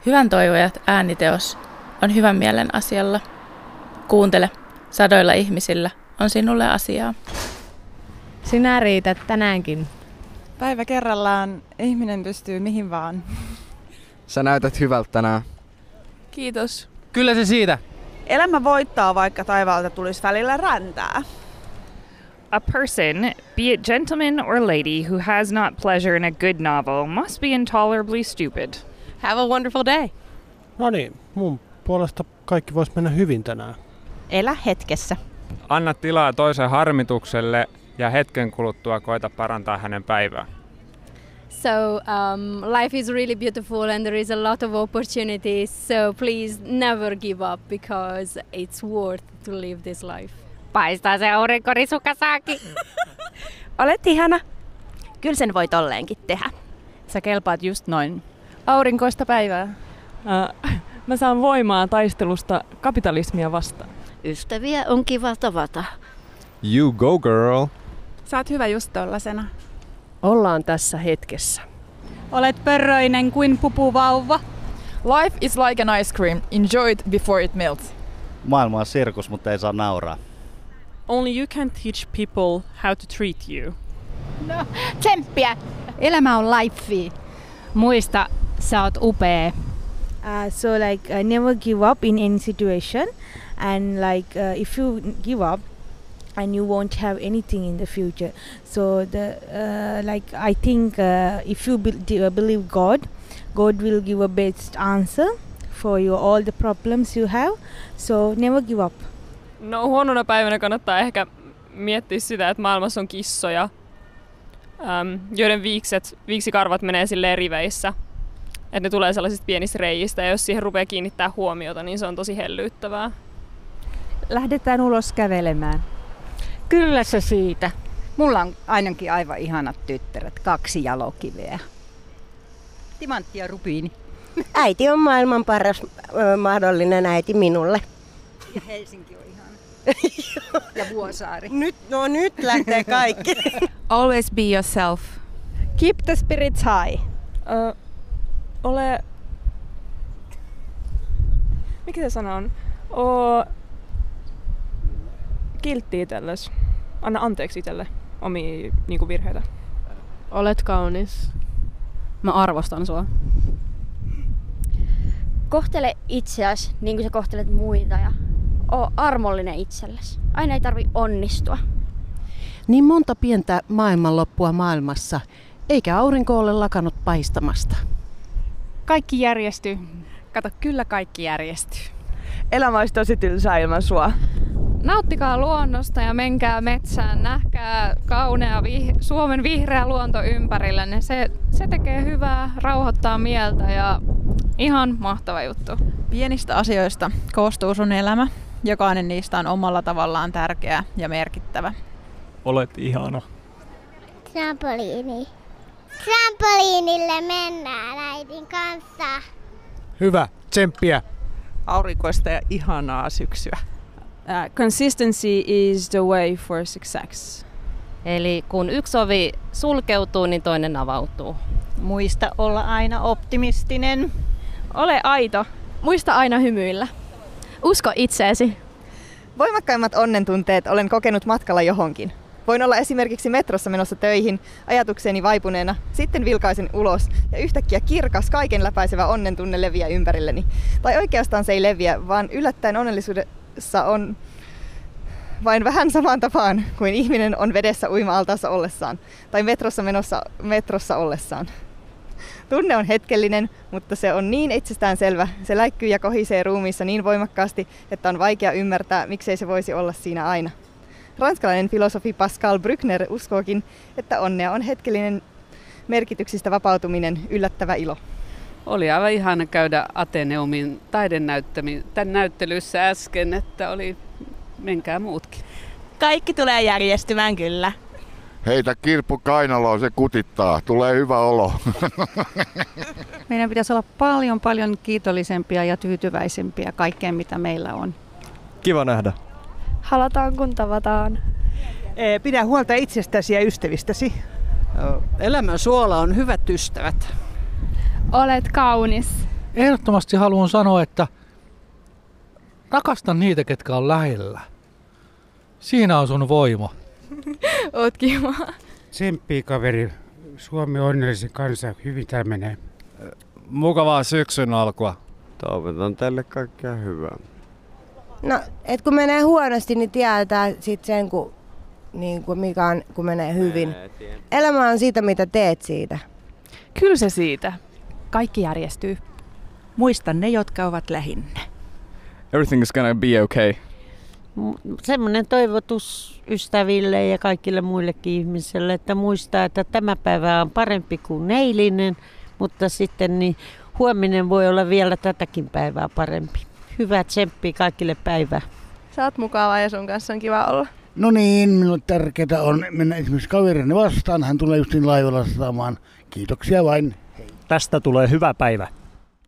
Hyvän toivojat ääniteos on hyvän mielen asialla. Kuuntele, sadoilla ihmisillä on sinulle asiaa. Sinä riität tänäänkin. Päivä kerrallaan ihminen pystyy mihin vaan. Sä näytät hyvältä tänään. Kiitos. Kyllä se siitä. Elämä voittaa, vaikka taivaalta tulisi välillä räntää. A person, be it gentleman or lady, who has not pleasure in a good novel must be intolerably stupid. Have a wonderful day. No niin, mun puolesta kaikki vois mennä hyvin tänään. Elä hetkessä. Anna tilaa toisen harmitukselle ja hetken kuluttua koita parantaa hänen päivää. So life is really beautiful and there is a lot of opportunities. So please never give up because it's worth to live this life. Paistaa se aurinko, Risukasaki. Olet ihana. Kyllä sen voi tolleenkin tehdä. Sä kelpaat just noin. Aurinkoista päivää. Mä saan voimaa taistelusta kapitalismia vastaan. Ystäviä on kiva tavata. You go girl. Sä oot hyvä just tollasena. Ollaan tässä hetkessä. Olet pörröinen kuin pupuvauva. Life is like an ice cream. Enjoy it before it melts. Maailma on sirkus, mutta ei saa nauraa. Only you can teach people how to treat you. No, tsemppiä! Elämä on lifea. Muista, sä oot upea. So like never give up in any situation, and like if you give up and you won't have anything in the future. So the like I think if you believe God will give a best answer for you all the problems you have. So never give up. No huonona päivänä kannattaa ehkä miettiä sitä, että maailmassa on kissoja, joiden viiksikarvat menee silleen riveissä. Että ne tulee sellaisista pienistä reiistä ja jos siihen rupeaa kiinnittää huomiota, niin se on tosi hellyyttävää. Lähdetään ulos kävelemään. Kyllä se siitä. Mulla on ainakin aivan ihanat tyttäret, 2 jalokiveä. Timantti ja rubiini. Äiti on maailman paras mahdollinen äiti minulle. Ja Helsinki on ihana. Ja Vuosaari. Nyt lähtee kaikki. Always be yourself. Keep the spirits high. Mikä se sana on? Kiltti itsellesi. Anna anteeksi itselle omia virheitä. Olet kaunis. Mä arvostan sua. Kohtele itseäsi niin kuin sä kohtelet muita ja oo armollinen itsellesi. Aina ei tarvi onnistua. Niin monta pientä maailmanloppua maailmassa, eikä aurinko ole lakannut paistamasta. Kaikki järjestyy. Kato, kyllä kaikki järjestyy. Elämä olisi tosi tylsää ilman sua. Nauttikaa luonnosta ja menkää metsään. Nähkää kaunea Suomen vihreä luonto ympärillänne. Se tekee hyvää, rauhoittaa mieltä ja ihan mahtava juttu. Pienistä asioista koostuu sun elämä. Jokainen niistä on omalla tavallaan tärkeä ja merkittävä. Olet ihana. Trampoliini. Trampoliinille mennään äidin kanssa. Hyvä, tsemppiä. Aurinkoista ja ihanaa syksyä. Consistency is the way for success. Eli kun yksi ovi sulkeutuu, niin toinen avautuu. Muista olla aina optimistinen. Ole aito. Muista aina hymyillä. Usko itseesi. Voimakkaimmat onnentunteet olen kokenut matkalla johonkin. Voin olla esimerkiksi metrossa menossa töihin, ajatukseni vaipuneena, sitten vilkaisen ulos ja yhtäkkiä kirkas, kaiken läpäisevä onnentunne leviää ympärilleni. Tai oikeastaan se ei leviä, vaan yllättäen onnellisuudessa on vain vähän samaan tapaan kuin ihminen on vedessä uima-altaassa ollessaan tai metrossa ollessaan. Tunne on hetkellinen, mutta se on niin itsestäänselvä. Se läikkyy ja kohisee ruumiissa niin voimakkaasti, että on vaikea ymmärtää, miksei se voisi olla siinä aina. Ranskalainen filosofi Pascal Bruckner uskookin, että onnea on hetkellinen merkityksistä vapautuminen, yllättävä ilo. Oli aivan ihana käydä Ateneumin näyttelyssä äsken, että menkää muutkin. Kaikki tulee järjestymään kyllä. Heitä kirppu kainaloon, se kutittaa. Tulee hyvä olo. Meidän pitäisi olla paljon kiitollisempia ja tyytyväisempiä kaikkeen, mitä meillä on. Kiva nähdä. Halataan kun tavataan. Pidä huolta itsestäsi ja ystävistäsi. Elämän suola on hyvät ystävät. Olet kaunis. Ehdottomasti haluan sanoa, että rakasta niitä, ketkä on lähellä. Siinä on sun voima. Oot kiva. Tsemppii kaveri. Suomi onnellisen kanssa. Hyvin tää menee. Mukavaa syksyn alkua. Toivotan teille kaikkea hyvää. No, et kun menee huonosti, niin tietää sit sen, mikä on, kun menee hyvin. Elämä on siitä, mitä teet siitä. Kyllä se siitä. Kaikki järjestyy. Muista ne, jotka ovat lähinnä. Everything is gonna be okay. Semmoinen toivotus ystäville ja kaikille muillekin ihmisille, että muistaa, että tämä päivä on parempi kuin eilinen, mutta sitten niin huominen voi olla vielä tätäkin päivää parempi. Hyvää tsemppiä kaikille päivää. Sä oot mukava ja sun kanssa on kiva olla. No niin, minulle tärkeää on mennä esimerkiksi kaverini vastaan. Hän tulee justiin laivalla satamaan. Kiitoksia vain. Tästä tulee hyvä päivä.